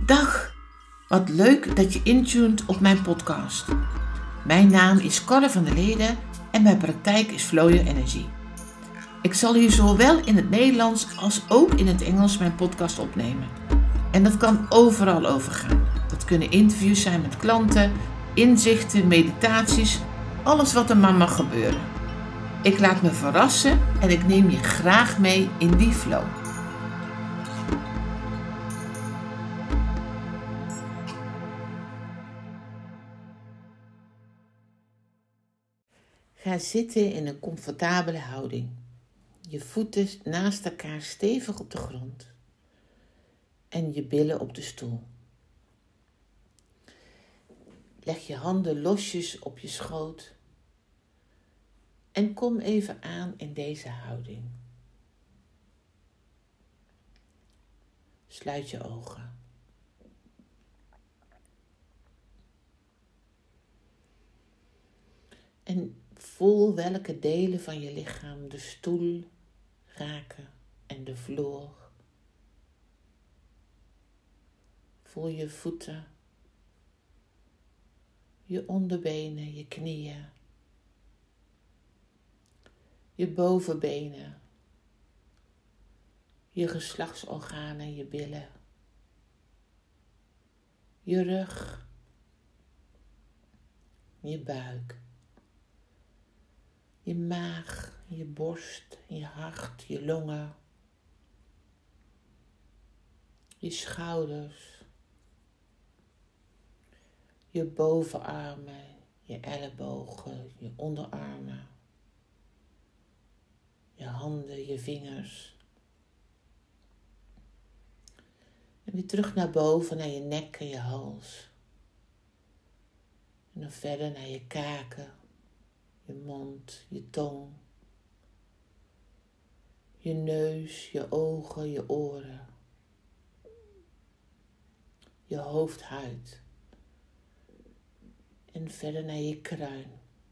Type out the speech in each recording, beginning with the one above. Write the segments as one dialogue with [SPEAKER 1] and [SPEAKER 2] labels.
[SPEAKER 1] Dag, wat leuk dat je intuned op mijn podcast. Mijn naam is Corre van der Leden en mijn praktijk is Flow Your Energy. Ik zal hier zowel in het Nederlands als ook in het Engels mijn podcast opnemen. En dat kan overal over gaan. Dat kunnen interviews zijn met klanten, inzichten, meditaties, alles wat er maar mag gebeuren. Ik laat me verrassen en ik neem je graag mee in die flow. Ga zitten in een comfortabele houding. Je voeten naast elkaar stevig op de grond en je billen op de stoel. Leg je handen losjes op je schoot en kom even aan in deze houding. Sluit je ogen. En voel welke delen van je lichaam de stoel raken en de vloer. Voel je voeten, je onderbenen, je knieën, je bovenbenen, je geslachtsorganen, je billen, je rug, je buik, je maag, je borst, je hart, je longen, je schouders, je bovenarmen, je ellebogen, je onderarmen, je handen, je vingers. En weer terug naar boven, naar je nek en je hals. En dan verder naar je kaken, je mond, je tong, je neus, je ogen, je oren, je hoofdhuid. En verder naar je kruin.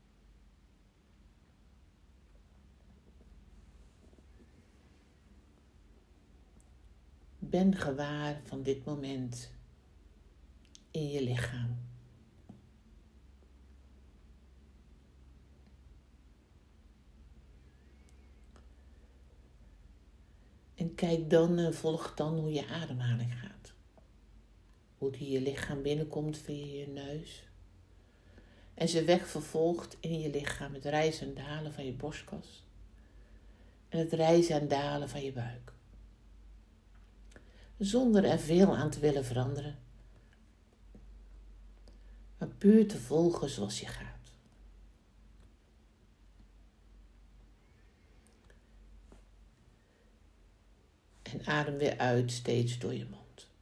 [SPEAKER 1] Ben gewaar van dit moment in je lichaam. En kijk dan en volg dan hoe je ademhaling gaat. Hoe die je lichaam binnenkomt via je neus. En zijn weg vervolgt in je lichaam, het rijzen en dalen van je borstkas. En het rijzen en dalen van je buik. Zonder er veel aan te willen veranderen. Maar puur te volgen zoals je gaat. En adem weer uit steeds door je mond.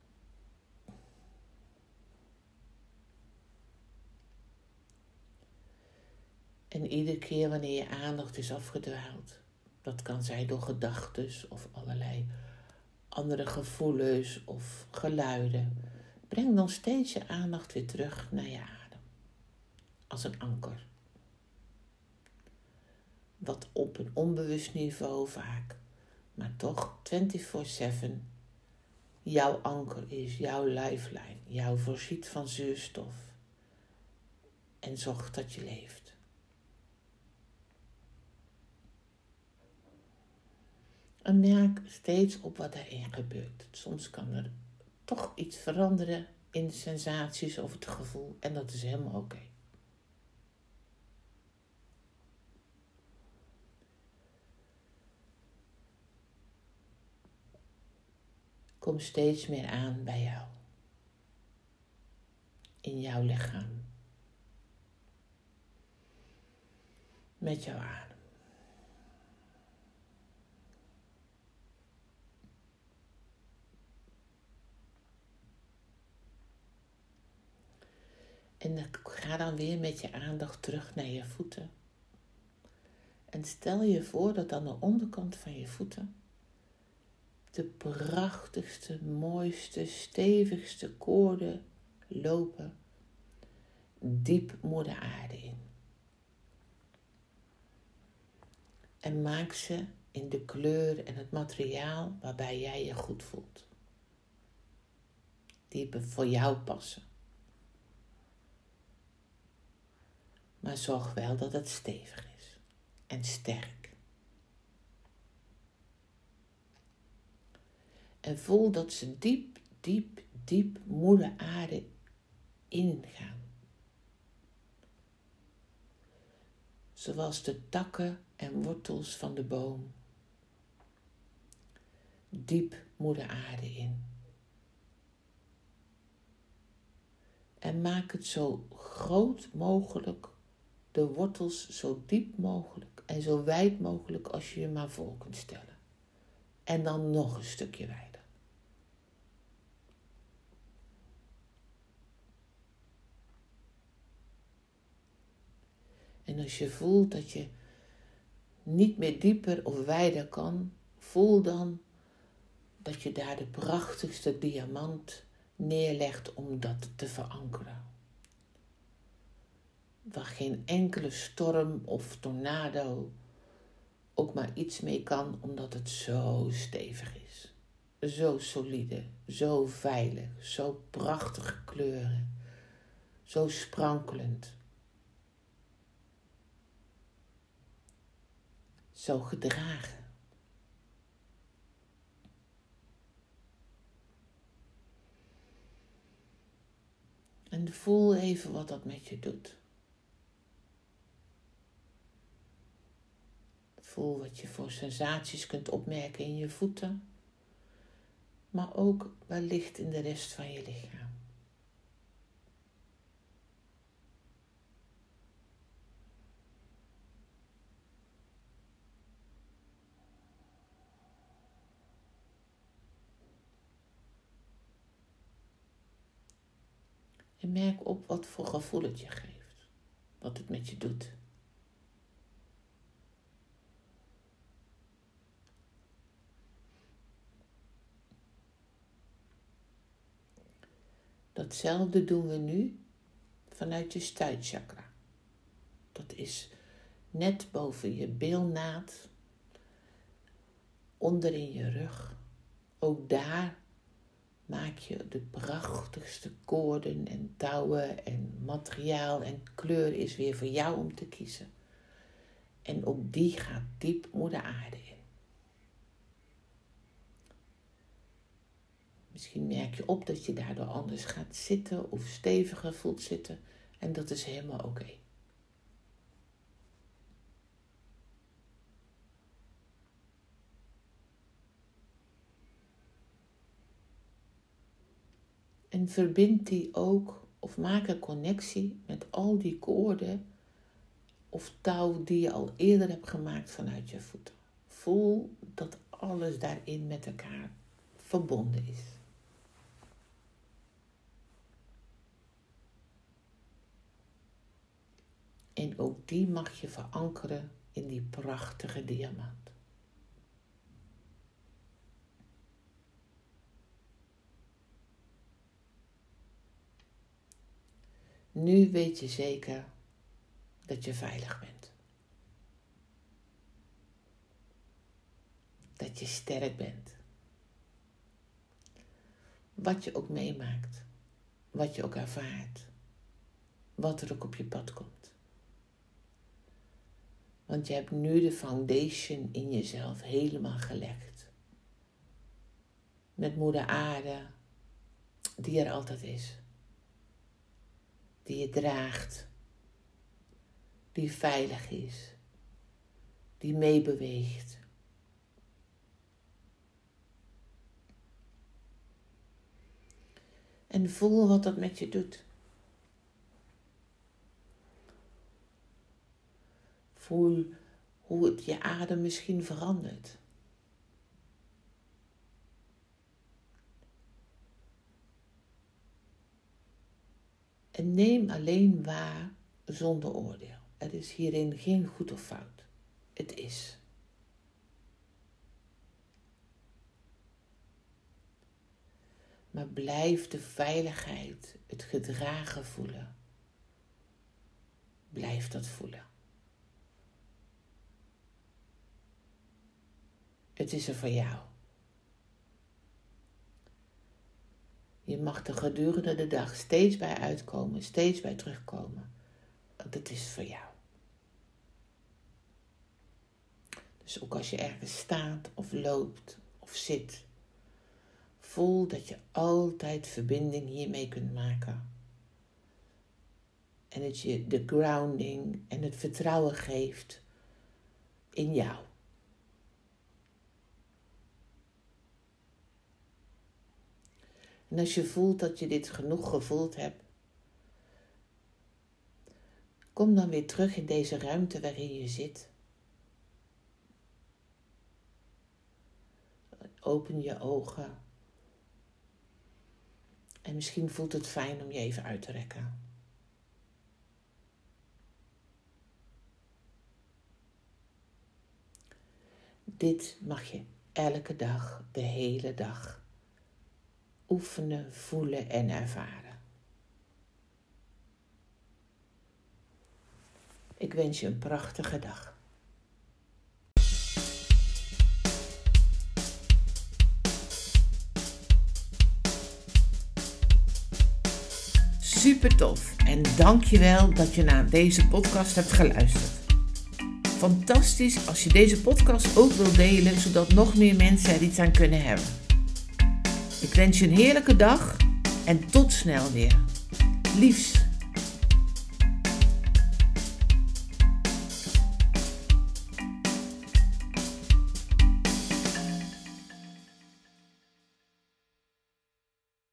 [SPEAKER 1] En iedere keer wanneer je aandacht is afgedwaald, dat kan zijn door gedachten of allerlei andere gevoelens of geluiden, breng dan steeds je aandacht weer terug naar je adem. Als een anker. Wat op een onbewust niveau vaak, maar toch 24/7 jouw anker is, jouw lifeline, jou voorziet van zuurstof en zorgt dat je leeft. En merk steeds op wat erin gebeurt. Soms kan er toch iets veranderen in de sensaties of het gevoel. En dat is helemaal oké. Kom steeds meer aan bij jou. In jouw lichaam. Met jouw adem. En ga dan weer met je aandacht terug naar je voeten. En stel je voor dat aan de onderkant van je voeten de prachtigste, mooiste, stevigste koorden lopen diep moeder aarde in. En maak ze in de kleur en het materiaal waarbij jij je goed voelt. die voor jou passen. Maar zorg wel dat het stevig is en sterk. En voel dat ze diep, diep, diep moeder aarde ingaan. Zoals de takken en wortels van de boom. Diep moeder aarde in. En maak het zo groot mogelijk, de wortels zo diep mogelijk en zo wijd mogelijk als je je maar voor kunt stellen. En dan nog een stukje wijder. En als je voelt dat je niet meer dieper of wijder kan, voel dan dat je daar de prachtigste diamant neerlegt om dat te verankeren. Waar geen enkele storm of tornado ook maar iets mee kan, omdat het zo stevig is. Zo solide, zo veilig, zo prachtige kleuren, zo sprankelend. Zo gedragen. En voel even wat dat met je doet. Voel wat je voor sensaties kunt opmerken in je voeten, maar ook wellicht in de rest van je lichaam. En merk op wat voor gevoel het je geeft, wat het met je doet. Datzelfde doen we nu vanuit je stuitchakra. Dat is net boven je bilnaad, onder in je rug. Ook daar maak je de prachtigste koorden en touwen en materiaal en kleur is weer voor jou om te kiezen. En ook die gaat diep moeder aarde in. Misschien merk je op dat je daardoor anders gaat zitten of steviger voelt zitten. En dat is helemaal oké. En verbind die ook of maak een connectie met al die koorden of touw die je al eerder hebt gemaakt vanuit je voeten. Voel dat alles daarin met elkaar verbonden is. En ook die mag je verankeren in die prachtige diamant. Nu weet je zeker dat je veilig bent. Dat je sterk bent. Wat je ook meemaakt. Wat je ook ervaart. Wat er ook op je pad komt. Want je hebt nu de foundation in jezelf helemaal gelegd. Met moeder aarde, die er altijd is. Die je draagt. Die veilig is. Die meebeweegt. En voel wat dat met je doet. Voel hoe het je adem misschien verandert. En neem alleen waar zonder oordeel. Er is hierin geen goed of fout. Het is. Maar blijf de veiligheid, het gedragen voelen. Blijf dat voelen. Het is er voor jou. Je mag er gedurende de dag steeds bij uitkomen, steeds bij terugkomen. Want het is voor jou. Dus ook als je ergens staat of loopt of zit, voel dat je altijd verbinding hiermee kunt maken. En het je de grounding en het vertrouwen geeft in jou. En als je voelt dat je dit genoeg gevoeld hebt, kom dan weer terug in deze ruimte waarin je zit. Open je ogen. En misschien voelt het fijn om je even uit te rekken. Dit mag je elke dag, de hele dag, oefenen, voelen en ervaren. Ik wens je een prachtige dag. Super tof en dankjewel dat je naar deze podcast hebt geluisterd. Fantastisch als je deze podcast ook wilt delen, zodat nog meer mensen er iets aan kunnen hebben. Ik wens je een heerlijke dag en tot snel weer. Liefs.